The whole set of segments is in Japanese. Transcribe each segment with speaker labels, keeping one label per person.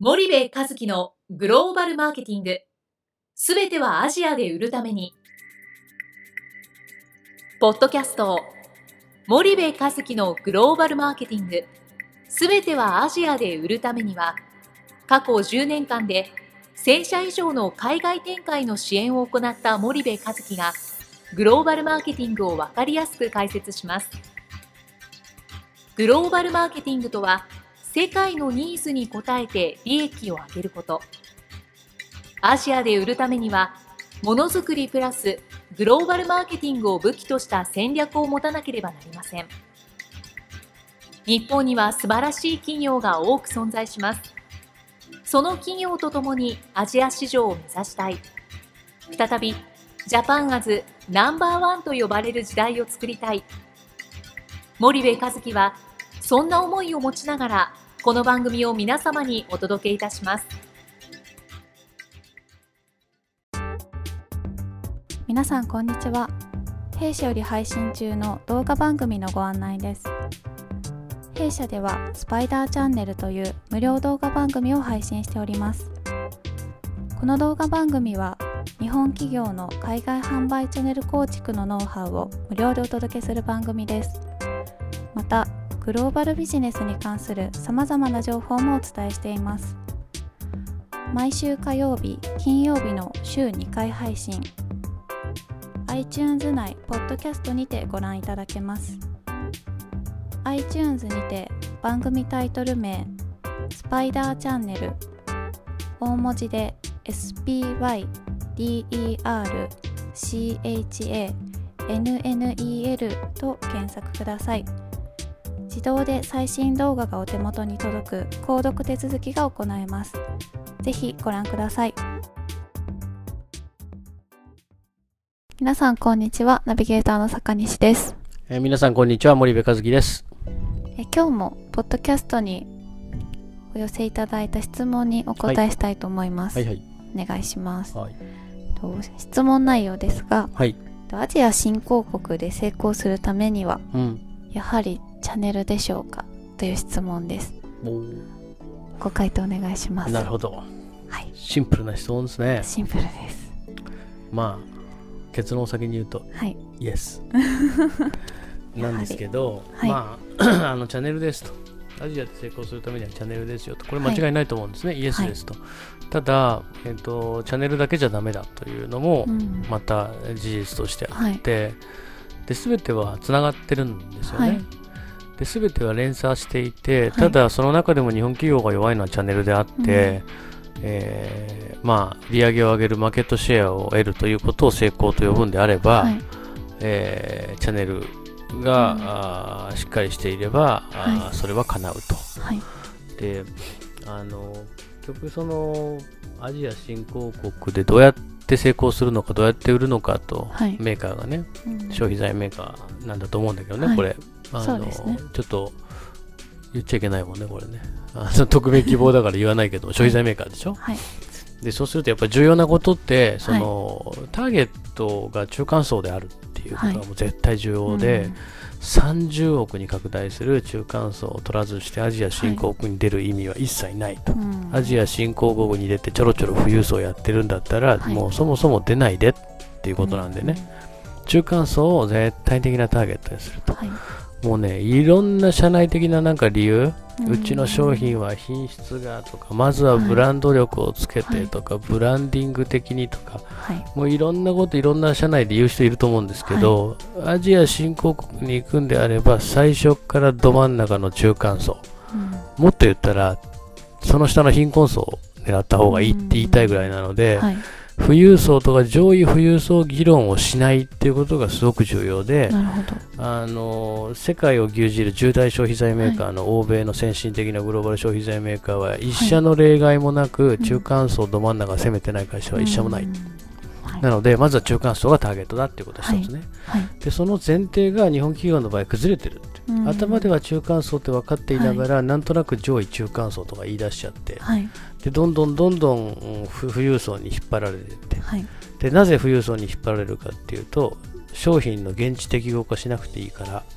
Speaker 1: 森部一樹のグローバルマーケティング。すべてはアジアで売るために。ポッドキャスト森部一樹のグローバルマーケティング。すべてはアジアで売るためには、過去10年間で1000社以上の海外展開の支援を行った森部一樹が、グローバルマーケティングを分かりやすく解説します。グローバルマーケティングとは、世界のニーズに応えて利益を上げること。アジアで売るためには、ものづくりプラスグローバルマーケティングを武器とした戦略を持たなければなりません。日本には素晴らしい企業が多く存在します。その企業とともにアジア市場を目指したい。再びジャパンアズナンバーワンと呼ばれる時代を作りたい。森部一樹はそんな思いを持ちながら、この番組を皆様にお届けいたします。
Speaker 2: 皆さんこんにちは。弊社より配信中の動画番組のご案内です。弊社ではスパイダーチャンネルという無料動画番組を配信しております。この動画番組は日本企業の海外販売チャンネル構築のノウハウを無料でお届けする番組です。またグローバルビジネスに関するさまざまな情報もお伝えしています。毎週火曜日、金曜日の週2回配信。iTunes 内ポッドキャストにてご覧いただけます。iTunes にて番組タイトル名スパイダーチャンネル、大文字で SPYDERCHANNEL と検索ください。自動で最新動画がお手元に届く購読手続きが行えます。ぜひご覧ください。皆さんこんにちは。ナビゲーターの坂西です。
Speaker 3: 皆さんこんにちは。森部一樹です。
Speaker 2: 今日もポッドキャストにお寄せいただいた質問にお答えしたいと思います。お願いします。質問内容ですが、アジア新興国で成功するためには、やはりチャンネルでしょうかという質問です。ご回答お願いします。
Speaker 3: なるほど、シンプルな質問ですね。
Speaker 2: シンプルです。
Speaker 3: 結論を先に言うと、イエスなんですけど、チャンネルですと、アジアで成功するためにはチャンネルですよと、これ間違いないと思うんですね。イエスですと。ただ、チャンネルだけじゃダメだというのもまた事実としてあって、で全てはつながってるんですよね。で全ては連鎖していて、ただその中でも日本企業が弱いのはチャンネルであって、利上げを上げるマーケットシェアを得るということを成功と呼ぶんであれば、チャンネルが、しっかりしていれば、それは叶うと。で結局そのアジア新興国でどうやって成功するのか、どうやって売るのかと、メーカーがね、消費財メーカーなんだと思うんだけどね、これそうですね、ちょっと言っちゃいけないもんね、これね。匿名希望だから言わないけど、消費財メーカーでしょ。でそうするとやっぱり重要なことって、そのターゲットが中間層であるっていうことはもう絶対重要で、30億に拡大する中間層を取らずしてアジア新興国に出る意味は一切ないと。アジア新興国に出てちょろちょろ富裕層やってるんだったら、もうそもそも出ないでっていうことなんでね、中間層を絶対的なターゲットにすると。もうね、いろんな社内的ななんか理由、うちの商品は品質がとか、まずはブランド力をつけてとか、ブランディング的にとか、もういろんなこといろんな社内で言う人いると思うんですけど、アジア新興国に行くんであれば最初からど真ん中の中間層、もっと言ったらその下の貧困層を狙った方がいいって言いたいぐらいなので、富裕層とか上位富裕層議論をしないっていうことがすごく重要で、世界を牛耳る10大消費財メーカーの欧米の先進的なグローバル消費財メーカーは一社の例外もなく、中間層ど真ん中攻めてない会社は一社もない。なのでまずは中間層がターゲットだっていうことが一つね。でその前提が日本企業の場合崩れてるって、頭では中間層って分かっていながら、なんとなく上位中間層とか言い出しちゃって、でどんどん富裕層に引っ張られていって、でなぜ富裕層に引っ張られるかっていうと、商品の現地適合化しなくていいから、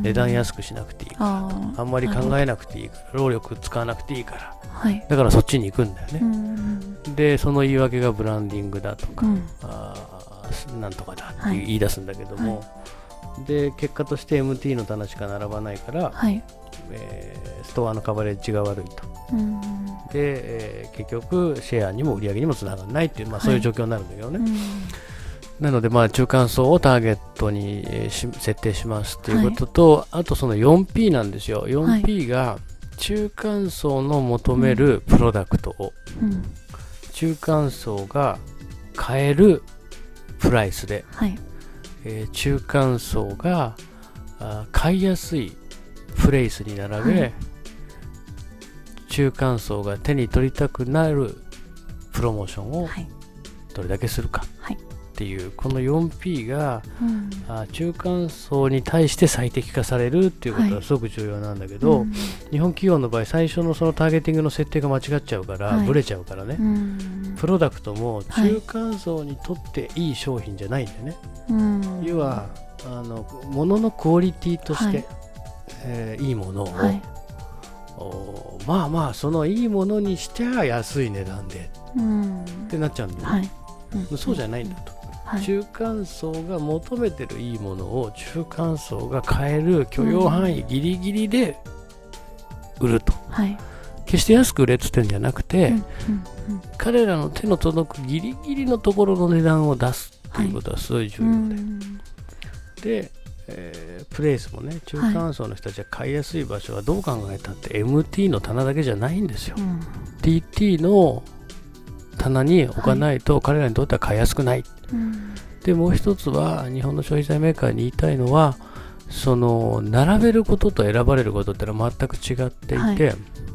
Speaker 3: 値段安くしなくていいから、あんまり考えなくていいから、労力使わなくていいから、はい、だからそっちに行くんだよね。でその言い訳がブランディングだとか、なんとかだって言い出すんだけども、で結果として MT の棚しか並ばないから、ストアのカバレッジが悪いと、で、結局シェアにも売り上げにもつながらないっていう、そういう状況になるんだけどね。なので中間層をターゲットに設定しますっていうことと、あとその 4P なんですよ。 4P が中間層の求めるプロダクトを、中間層が買えるプライスで、中間層が買いやすいプレイスに並べ、中間層が手に取りたくなるプロモーションをどれだけするかっていう、この 4P が、中間層に対して最適化されるっていうことはすごく重要なんだけど、日本企業の場合最初のそのターゲティングの設定が間違っちゃうから、ブレちゃうからね、プロダクトも中間層にとっていい商品じゃないんだよね。要は物のクオリティとして、いいものを、そのいいものにしては安い値段で、ってなっちゃうんだよね。そうじゃないんだと。中間層が求めてるいいものを中間層が買える許容範囲ギリギリで売ると、決して安く売れって言ってるんじゃなくて、彼らの手の届くギリギリのところの値段を出すっていうことはすごい重要で、プレイスもね、中間層の人たちが買いやすい場所はどう考えたって MT の棚だけじゃないんですよ。TT の棚に置かないと彼らにとっては買いやすくない。でもう一つは日本の消費財メーカーに言いたいのは、その並べることと選ばれることってのは全く違っていて、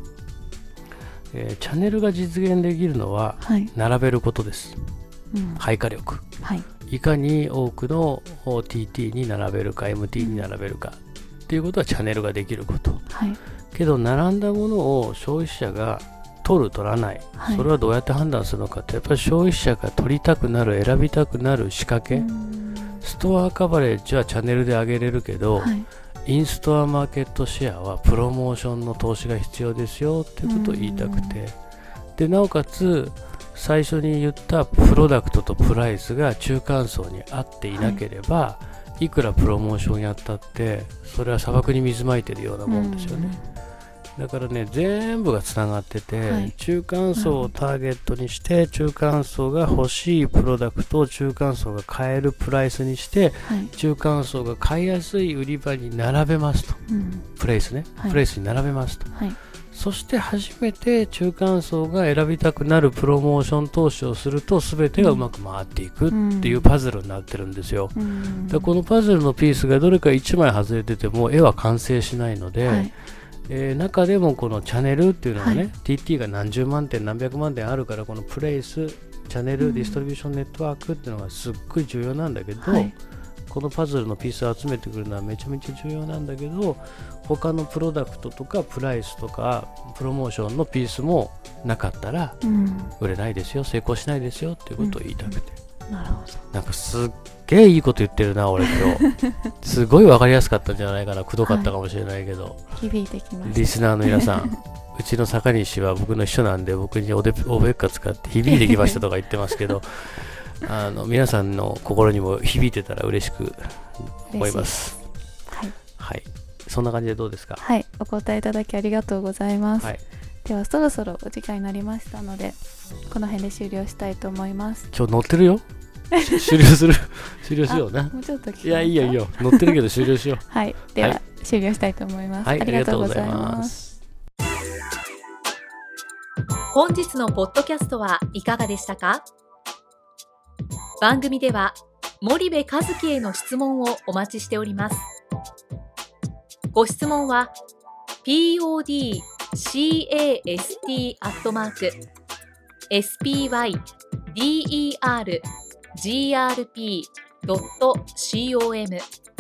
Speaker 3: チャンネルが実現できるのは並べることです。配下力、いかに多くの TT に並べるか MT に並べるかっていうことはチャンネルができること、けど並んだものを消費者が取る取らない、それはどうやって判断するのかって、やっぱり消費者が取りたくなる選びたくなる仕掛け、ストアカバレッジはチャンネルで上げれるけど、インストアマーケットシェアはプロモーションの投資が必要ですよっていうことを言いたくて、でなおかつ最初に言ったプロダクトとプライスが中間層に合っていなければ、いくらプロモーションやったってそれは砂漠に水まいてるようなもんですよね。だからね、全部がつながってて、中間層をターゲットにして中間層が欲しいプロダクトを中間層が買えるプライスにして、中間層が買いやすい売り場に並べますと、プレイスね、プレイスに並べますと、そして初めて中間層が選びたくなるプロモーション投資をすると全てがうまく回っていくっていうパズルになってるんですよ。でこのパズルのピースがどれか1枚外れてても絵は完成しないので、中でもこのチャンネルっていうのがね、TT が何十万点何百万点あるから、このプレイスチャンネルディストリビューションネットワークっていうのがすっごい重要なんだけど、このパズルのピースを集めてくるのはめちゃめちゃ重要なんだけど、他のプロダクトとかプライスとかプロモーションのピースもなかったら売れないですよ、成功しないですよっていうことを言いたくて、
Speaker 2: なるほど。
Speaker 3: なんかすっげえいいこと言ってるな俺今日すごい分かりやすかったんじゃないかな、くどかったかもしれないけど、
Speaker 2: 響いてきました。
Speaker 3: リスナーの皆さんうちの坂西は僕の秘書なんで、僕におべっか使って響いてきましたとか言ってますけど皆さんの心にも響いてたら嬉しく思います。はい、そんな感じでどうですか？
Speaker 2: はい、お答えいただきありがとうございます。ではそろそろお時間になりましたので、この辺で終了したいと思います。
Speaker 3: 今日乗ってるよ終了する終了しような。
Speaker 2: もうちょっと
Speaker 3: いやいいよいいよ、乗ってるけど終了しよう
Speaker 2: はい、では、終了したいと思います。
Speaker 3: あ
Speaker 2: りがとうございます。
Speaker 1: 本日のポッドキャストはいかがでしたか？番組では森部一樹への質問をお待ちしております。ご質問は podcast@spydergrp.com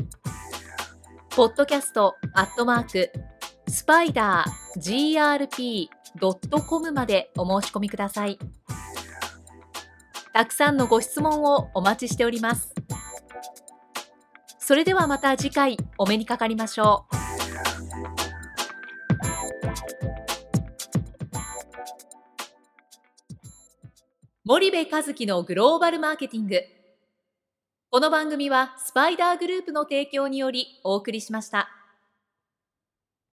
Speaker 1: podcast@spidergrp.com までお申し込みください。たくさんのご質問をお待ちしております。 それではまた次回お目にかかりましょう。森部一樹のグローバルマーケティング。この番組はスパイダーグループの提供によりお送りしました。